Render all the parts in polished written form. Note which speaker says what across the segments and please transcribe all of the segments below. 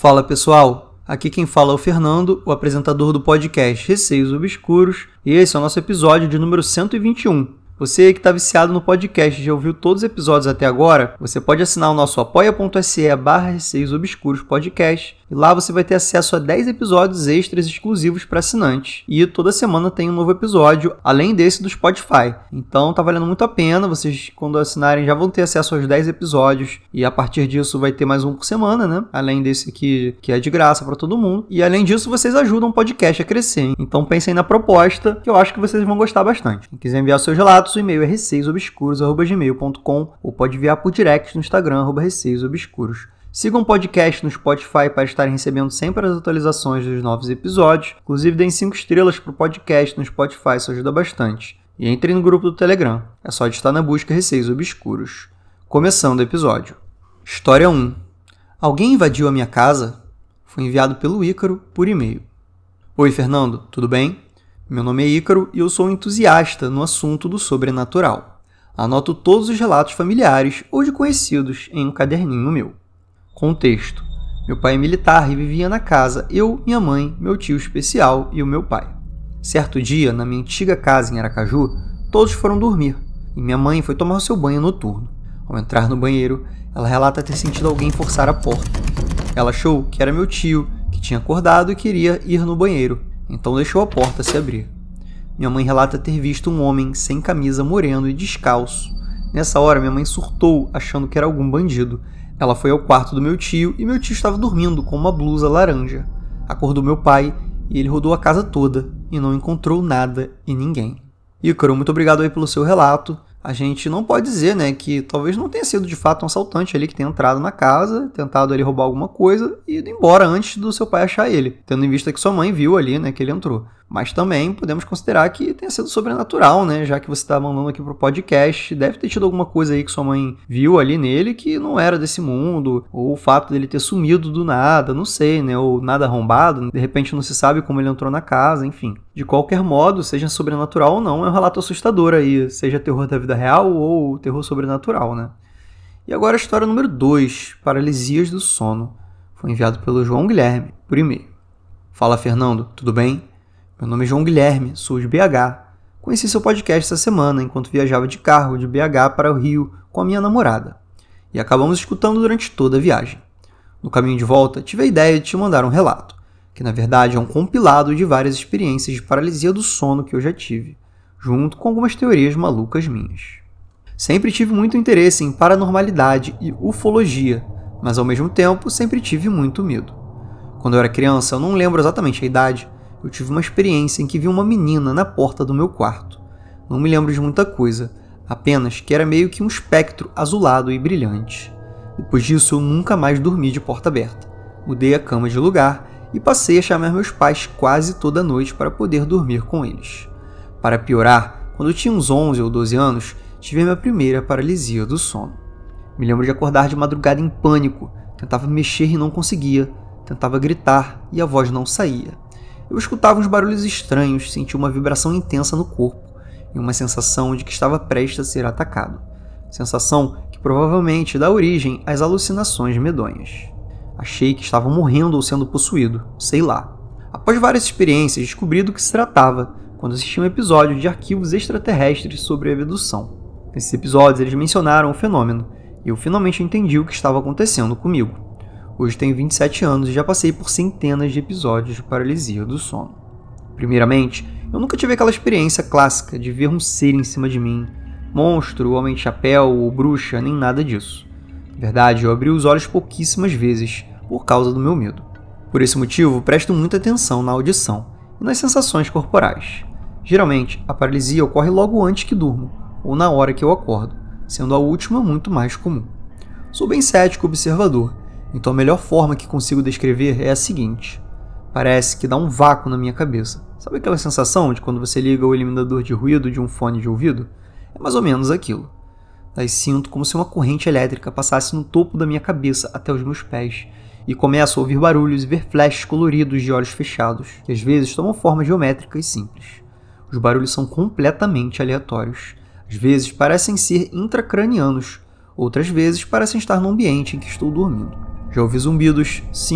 Speaker 1: Fala pessoal, aqui quem fala é o Fernando, o apresentador do podcast Receios Obscuros, e esse é o nosso episódio de número 121. Você que está viciado no podcast e já ouviu todos os episódios até agora, você pode assinar o nosso apoia.se/Receios Obscuros Podcast, e lá você vai ter acesso a 10 episódios extras exclusivos para assinantes. E toda semana tem um novo episódio, além desse do Spotify. Então tá valendo muito a pena, vocês quando assinarem já vão ter acesso aos 10 episódios, e a partir disso vai ter mais um por semana, né? Além desse aqui, que é de graça para todo mundo. E além disso, vocês ajudam o podcast a crescer, hein? Então pensem na proposta, que eu acho que vocês vão gostar bastante. Quem quiser enviar seus relatos, o e-mail é receiosobscuros@gmail.com ou pode enviar por direct no Instagram, @receiosobscuros. Sigam o podcast no Spotify para estarem recebendo sempre as atualizações dos novos episódios. Inclusive, deem 5 estrelas para o podcast no Spotify, isso ajuda bastante. E entrem no grupo do Telegram. É só digitar na busca Receios Obscuros. Começando o episódio. História 1. Alguém invadiu a minha casa? Foi enviado pelo Ícaro por e-mail. Oi, Fernando, tudo bem? Meu nome é Ícaro e eu sou um entusiasta no assunto do sobrenatural. Anoto todos os relatos familiares ou de conhecidos em um caderninho meu. Contexto. Meu pai é militar e vivia na casa, eu, minha mãe, meu tio especial e o meu pai. Certo dia, na minha antiga casa em Aracaju, todos foram dormir e minha mãe foi tomar seu banho noturno. Ao entrar no banheiro, ela relata ter sentido alguém forçar a porta. Ela achou que era meu tio, que tinha acordado e queria ir no banheiro, então deixou a porta se abrir. Minha mãe relata ter visto um homem sem camisa, moreno e descalço. Nessa hora, minha mãe surtou, achando que era algum bandido. Ela foi ao quarto do meu tio e meu tio estava dormindo com uma blusa laranja. Acordou meu pai e ele rodou a casa toda e não encontrou nada e ninguém. Ícaro, muito obrigado aí pelo seu relato. A gente não pode dizer, né, que talvez não tenha sido de fato um assaltante ali que tenha entrado na casa, tentado ali roubar alguma coisa e ido embora antes do seu pai achar ele, tendo em vista que sua mãe viu ali, né, que ele entrou. Mas também podemos considerar que tenha sido sobrenatural, né, já que você está mandando aqui pro podcast, deve ter tido alguma coisa aí que sua mãe viu ali nele que não era desse mundo, ou o fato dele ter sumido do nada, não sei, né, ou nada arrombado, de repente não se sabe como ele entrou na casa, enfim. De qualquer modo, seja sobrenatural ou não, é um relato assustador aí, seja terror da vida real ou terror sobrenatural, né. E agora a história número 2, Paralisias do Sono. Foi enviado pelo João Guilherme, por e-mail. Fala, Fernando, tudo bem? Meu nome é João Guilherme, sou de BH. Conheci seu podcast essa semana enquanto viajava de carro de BH para o Rio com a minha namorada. E acabamos escutando durante toda a viagem. No caminho de volta, tive a ideia de te mandar um relato, que na verdade é um compilado de várias experiências de paralisia do sono que eu já tive, junto com algumas teorias malucas minhas. Sempre tive muito interesse em paranormalidade e ufologia, mas ao mesmo tempo sempre tive muito medo. Quando eu era criança, eu não lembro exatamente a idade, eu tive uma experiência em que vi uma menina na porta do meu quarto. Não me lembro de muita coisa, apenas que era meio que um espectro azulado e brilhante. Depois disso, eu nunca mais dormi de porta aberta. Mudei a cama de lugar e passei a chamar meus pais quase toda noite para poder dormir com eles. Para piorar, quando eu tinha uns 11 ou 12 anos, tive a minha primeira paralisia do sono. Me lembro de acordar de madrugada em pânico, tentava mexer e não conseguia, tentava gritar e a voz não saía. Eu escutava uns barulhos estranhos, sentia uma vibração intensa no corpo e uma sensação de que estava prestes a ser atacado. Sensação que provavelmente dá origem às alucinações medonhas. Achei que estava morrendo ou sendo possuído, sei lá. Após várias experiências, descobri do que se tratava quando assisti um episódio de Arquivos Extraterrestres sobre a abdução. Nesses episódios eles mencionaram o fenômeno e eu finalmente entendi o que estava acontecendo comigo. Hoje tenho 27 anos e já passei por centenas de episódios de paralisia do sono. Primeiramente, eu nunca tive aquela experiência clássica de ver um ser em cima de mim, monstro, homem de chapéu ou bruxa, nem nada disso. Na verdade, eu abri os olhos pouquíssimas vezes por causa do meu medo. Por esse motivo, presto muita atenção na audição e nas sensações corporais. Geralmente, a paralisia ocorre logo antes que durmo, ou na hora que eu acordo, sendo a última muito mais comum. Sou bem cético e observador, então a melhor forma que consigo descrever é a seguinte. Parece que dá um vácuo na minha cabeça. Sabe aquela sensação de quando você liga o eliminador de ruído de um fone de ouvido? É mais ou menos aquilo. Daí sinto como se uma corrente elétrica passasse no topo da minha cabeça até os meus pés, e começo a ouvir barulhos e ver flashes coloridos de olhos fechados, que às vezes tomam forma geométrica e simples. Os barulhos são completamente aleatórios. Às vezes parecem ser intracranianos, outras vezes parecem estar no ambiente em que estou dormindo. Já ouvi zumbidos, sino,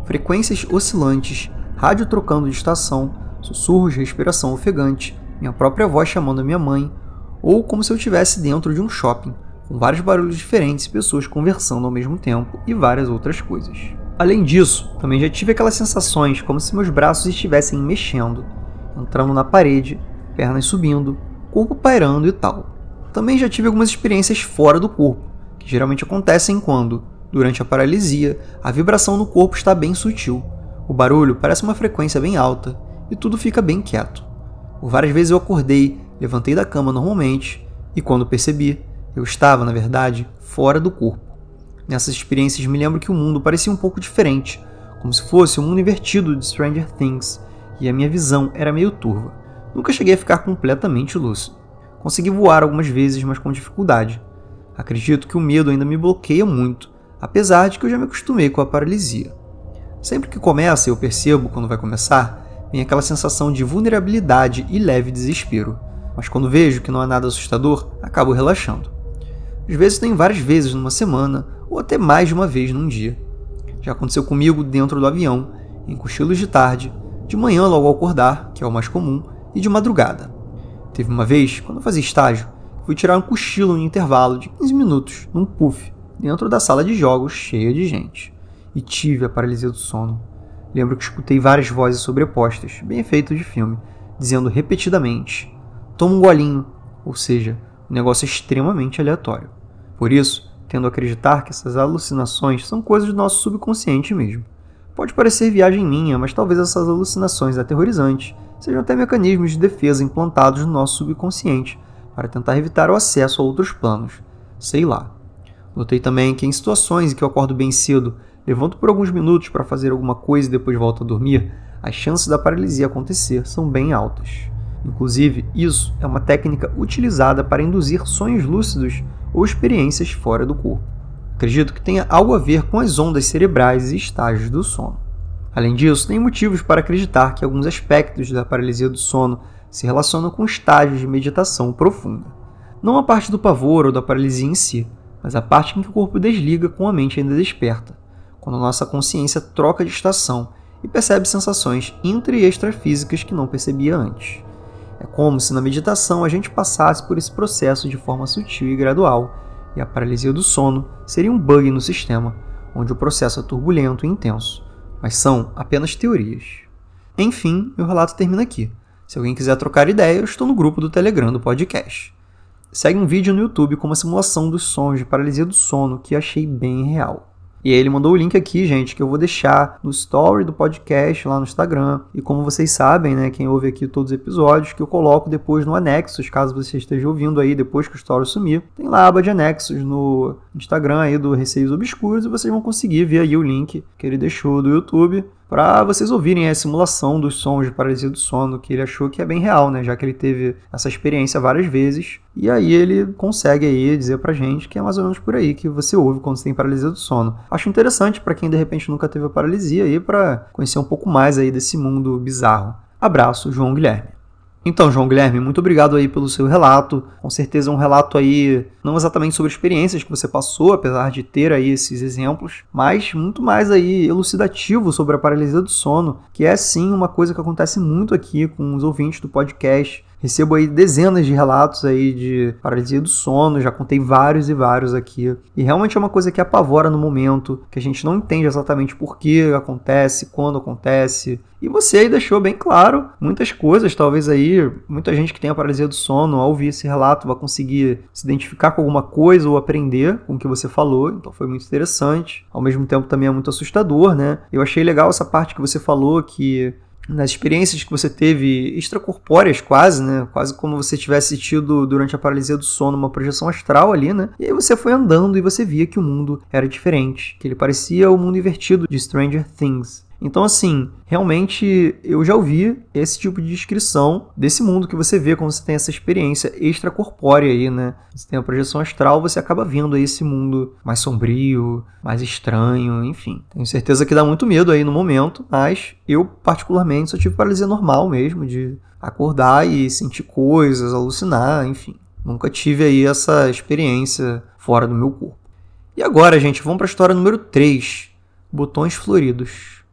Speaker 1: frequências oscilantes, rádio trocando de estação, sussurros, respiração ofegante, minha própria voz chamando a minha mãe, ou como se eu estivesse dentro de um shopping, com vários barulhos diferentes e pessoas conversando ao mesmo tempo e várias outras coisas. Além disso, também já tive aquelas sensações como se meus braços estivessem mexendo, entrando na parede, pernas subindo, corpo pairando e tal. Também já tive algumas experiências fora do corpo, que geralmente acontecem quando, durante a paralisia, a vibração no corpo está bem sutil, o barulho parece uma frequência bem alta e tudo fica bem quieto. Por várias vezes eu acordei, levantei da cama normalmente e quando percebi, eu estava, na verdade, fora do corpo. Nessas experiências me lembro que o mundo parecia um pouco diferente, como se fosse um mundo invertido de Stranger Things, e a minha visão era meio turva. Nunca cheguei a ficar completamente lúcido. Consegui voar algumas vezes, mas com dificuldade. Acredito que o medo ainda me bloqueia muito, apesar de que eu já me acostumei com a paralisia. Sempre que começa, eu percebo, quando vai começar, vem aquela sensação de vulnerabilidade e leve desespero. Mas quando vejo que não há nada assustador, acabo relaxando. Às vezes tem várias vezes numa semana, ou até mais de uma vez num dia. Já aconteceu comigo dentro do avião, em cochilos de tarde, de manhã logo ao acordar, que é o mais comum, e de madrugada. Teve uma vez, quando eu fazia estágio, fui tirar um cochilo em intervalo de 15 minutos, num puff, dentro da sala de jogos cheia de gente. E tive a paralisia do sono. Lembro que escutei várias vozes sobrepostas, bem efeitos de filme, dizendo repetidamente: toma um golinho, ou seja, um negócio extremamente aleatório. Por isso, tendo a acreditar que essas alucinações são coisas do nosso subconsciente mesmo. Pode parecer viagem minha, mas talvez essas alucinações aterrorizantes sejam até mecanismos de defesa implantados no nosso subconsciente para tentar evitar o acesso a outros planos. Sei lá. Notei também que em situações em que eu acordo bem cedo, levanto por alguns minutos para fazer alguma coisa e depois volto a dormir, as chances da paralisia acontecer são bem altas. Inclusive, isso é uma técnica utilizada para induzir sonhos lúcidos ou experiências fora do corpo. Acredito que tenha algo a ver com as ondas cerebrais e estágios do sono. Além disso, tem motivos para acreditar que alguns aspectos da paralisia do sono se relacionam com estágios de meditação profunda. Não a parte do pavor ou da paralisia em si, mas a parte em que o corpo desliga com a mente ainda desperta, quando nossa consciência troca de estação e percebe sensações intra- e extrafísicas que não percebia antes. É como se na meditação a gente passasse por esse processo de forma sutil e gradual, e a paralisia do sono seria um bug no sistema, onde o processo é turbulento e intenso, mas são apenas teorias. Enfim, meu relato termina aqui. Se alguém quiser trocar ideia, eu estou no grupo do Telegram do podcast. Segue um vídeo no YouTube com uma simulação dos sons de paralisia do sono que achei bem real. E aí ele mandou o link aqui, gente, que eu vou deixar no story do podcast lá no Instagram. E como vocês sabem, né, quem ouve aqui todos os episódios, que eu coloco depois no anexos, caso você esteja ouvindo aí depois que o story sumir. Tem lá a aba de anexos no Instagram aí do Receios Obscuros e vocês vão conseguir ver aí o link que ele deixou do YouTube para vocês ouvirem a simulação dos sons de paralisia do sono, que ele achou que é bem real, né, já que ele teve essa experiência várias vezes. E aí ele consegue aí dizer pra gente que é mais ou menos por aí que você ouve quando você tem paralisia do sono. Acho interessante para quem de repente nunca teve a paralisia aí, para conhecer um pouco mais aí desse mundo bizarro. Abraço, João Guilherme. Então, João Guilherme, muito obrigado aí pelo seu relato. Com certeza é um relato aí, não exatamente sobre experiências que você passou, apesar de ter aí esses exemplos, mas muito mais aí elucidativo sobre a paralisia do sono, que é sim uma coisa que acontece muito aqui com os ouvintes do podcast. Recebo aí dezenas de relatos aí de paralisia do sono, já contei vários e vários aqui. E realmente é uma coisa que apavora no momento, que a gente não entende exatamente por que acontece, quando acontece. E você aí deixou bem claro muitas coisas, talvez aí muita gente que tem a paralisia do sono, ao ouvir esse relato, vai conseguir se identificar com alguma coisa ou aprender com o que você falou, então foi muito interessante. Ao mesmo tempo também é muito assustador, né? Eu achei legal essa parte que você falou que nas experiências que você teve extracorpóreas quase, né? Quase como você tivesse tido durante a paralisia do sono uma projeção astral ali, né? E aí você foi andando e você via que o mundo era diferente, que ele parecia o mundo invertido de Stranger Things. Então, assim, realmente eu já ouvi esse tipo de descrição desse mundo que você vê quando você tem essa experiência extracorpórea aí, né? Você tem a projeção astral, você acaba vendo aí esse mundo mais sombrio, mais estranho, enfim. Tenho certeza que dá muito medo aí no momento, mas eu, particularmente, só tive paralisia normal mesmo, de acordar e sentir coisas, alucinar, enfim. Nunca tive aí essa experiência fora do meu corpo. E agora, gente, vamos para a história número 3, botões floridos.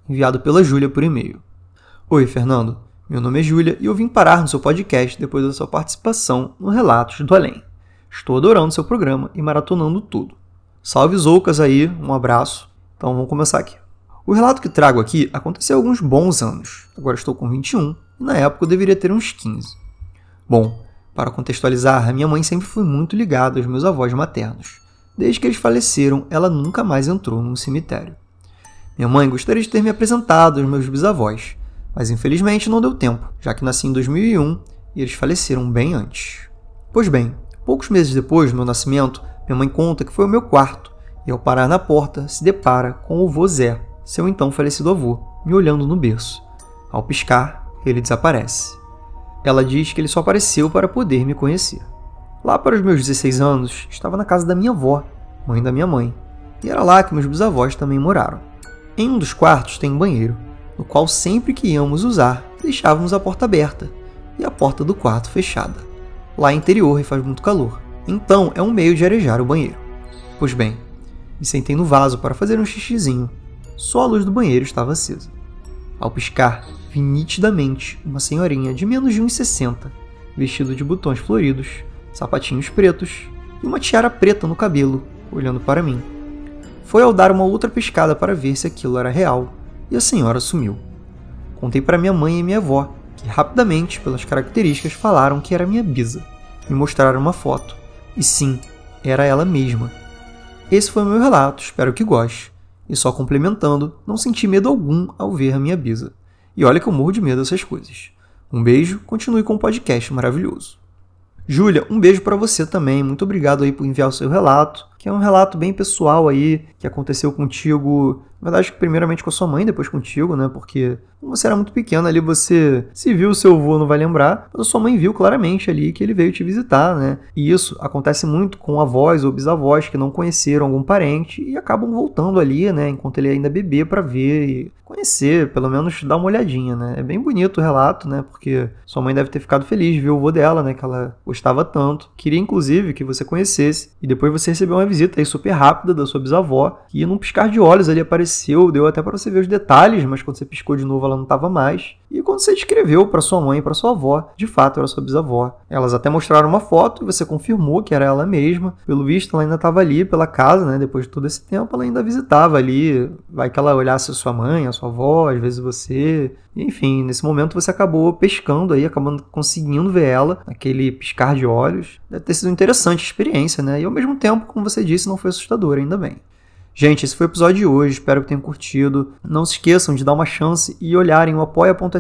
Speaker 1: enviado pela Júlia por e-mail. Oi, Fernando. Meu nome é Júlia e eu vim parar no seu podcast depois da sua participação no Relatos do Além. Estou adorando seu programa e maratonando tudo. Salve Zoucas aí, um abraço. Então vamos começar aqui. O relato que trago aqui aconteceu há alguns bons anos. Agora estou com 21 e na época eu deveria ter uns 15. Bom, para contextualizar, a minha mãe sempre foi muito ligada aos meus avós maternos. Desde que eles faleceram, ela nunca mais entrou num cemitério. Minha mãe gostaria de ter me apresentado aos meus bisavós, mas infelizmente não deu tempo, já que nasci em 2001 e eles faleceram bem antes. Pois bem, poucos meses depois do meu nascimento, minha mãe conta que foi ao meu quarto e ao parar na porta se depara com o vô Zé, seu então falecido avô, me olhando no berço. Ao piscar, ele desaparece. Ela diz que ele só apareceu para poder me conhecer. Lá para os meus 16 anos, estava na casa da minha avó, mãe da minha mãe, e era lá que meus bisavós também moraram. Em um dos quartos tem um banheiro, no qual sempre que íamos usar, deixávamos a porta aberta e a porta do quarto fechada. Lá é interior e faz muito calor, então é um meio de arejar o banheiro. Pois bem, me sentei no vaso para fazer um xixizinho. Só a luz do banheiro estava acesa. Ao piscar, vi nitidamente uma senhorinha de menos de 1,60, vestida de botões floridos, sapatinhos pretos e uma tiara preta no cabelo, olhando para mim. Foi ao dar uma outra piscada para ver se aquilo era real, e a senhora sumiu. Contei para minha mãe e minha avó, que rapidamente, pelas características, falaram que era minha bisa. Me mostraram uma foto, e sim, era ela mesma. Esse foi o meu relato, espero que goste. E só complementando, não senti medo algum ao ver a minha bisa. E olha que eu morro de medo dessas coisas. Um beijo, continue com o podcast maravilhoso. Júlia, um beijo para você também. Muito obrigado aí por enviar o seu relato, que é um relato bem pessoal aí, que aconteceu contigo, na verdade, primeiramente com a sua mãe, depois contigo, né? Porque como você era muito pequena ali, você se viu o seu avô, não vai lembrar, mas a sua mãe viu claramente ali que ele veio te visitar, né? E isso acontece muito com avós ou bisavós que não conheceram algum parente e acabam voltando ali, né? Enquanto ele ainda é bebê para ver e conhecer, pelo menos dar uma olhadinha, né? É bem bonito o relato, né? Porque sua mãe deve ter ficado feliz de ver o avô dela, né? Que ela gostava tanto. Queria, inclusive, que você conhecesse. E depois você recebeu uma visita aí super rápida da sua bisavó, que num piscar de olhos ali apareceu, deu até para você ver os detalhes, mas quando você piscou de novo ela não estava mais. E quando você descreveu para sua mãe e para sua avó, de fato era sua bisavó. Elas até mostraram uma foto e você confirmou que era ela mesma. Pelo visto, ela ainda estava ali pela casa, né? Depois de todo esse tempo, ela ainda visitava ali. Vai que ela olhasse a sua mãe, a sua avó, às vezes você. E, enfim, nesse momento você acabou pescando aí, acabando conseguindo ver ela, naquele piscar de olhos. Deve ter sido interessante a experiência, né? E ao mesmo tempo, como você disse, não foi assustador, ainda bem. Gente, esse foi o episódio de hoje, espero que tenham curtido. Não se esqueçam de dar uma chance e olharem o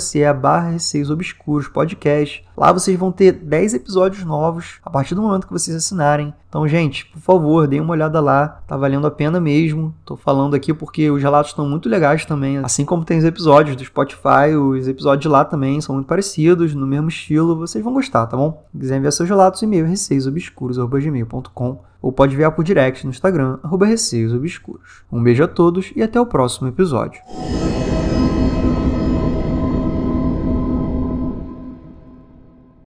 Speaker 1: apoia.se/receios-obscuros podcast. Lá vocês vão ter 10 episódios novos a partir do momento que vocês assinarem. Então, gente, por favor, deem uma olhada lá, tá valendo a pena mesmo. Tô falando aqui porque os relatos estão muito legais também, assim como tem os episódios do Spotify, os episódios de lá também são muito parecidos, no mesmo estilo, vocês vão gostar, tá bom? Se quiser enviar seus relatos, e-mail receiosobscuros@gmail.com ou pode enviar por direct no Instagram, @receiosobscuros. Um beijo a todos e até o próximo episódio.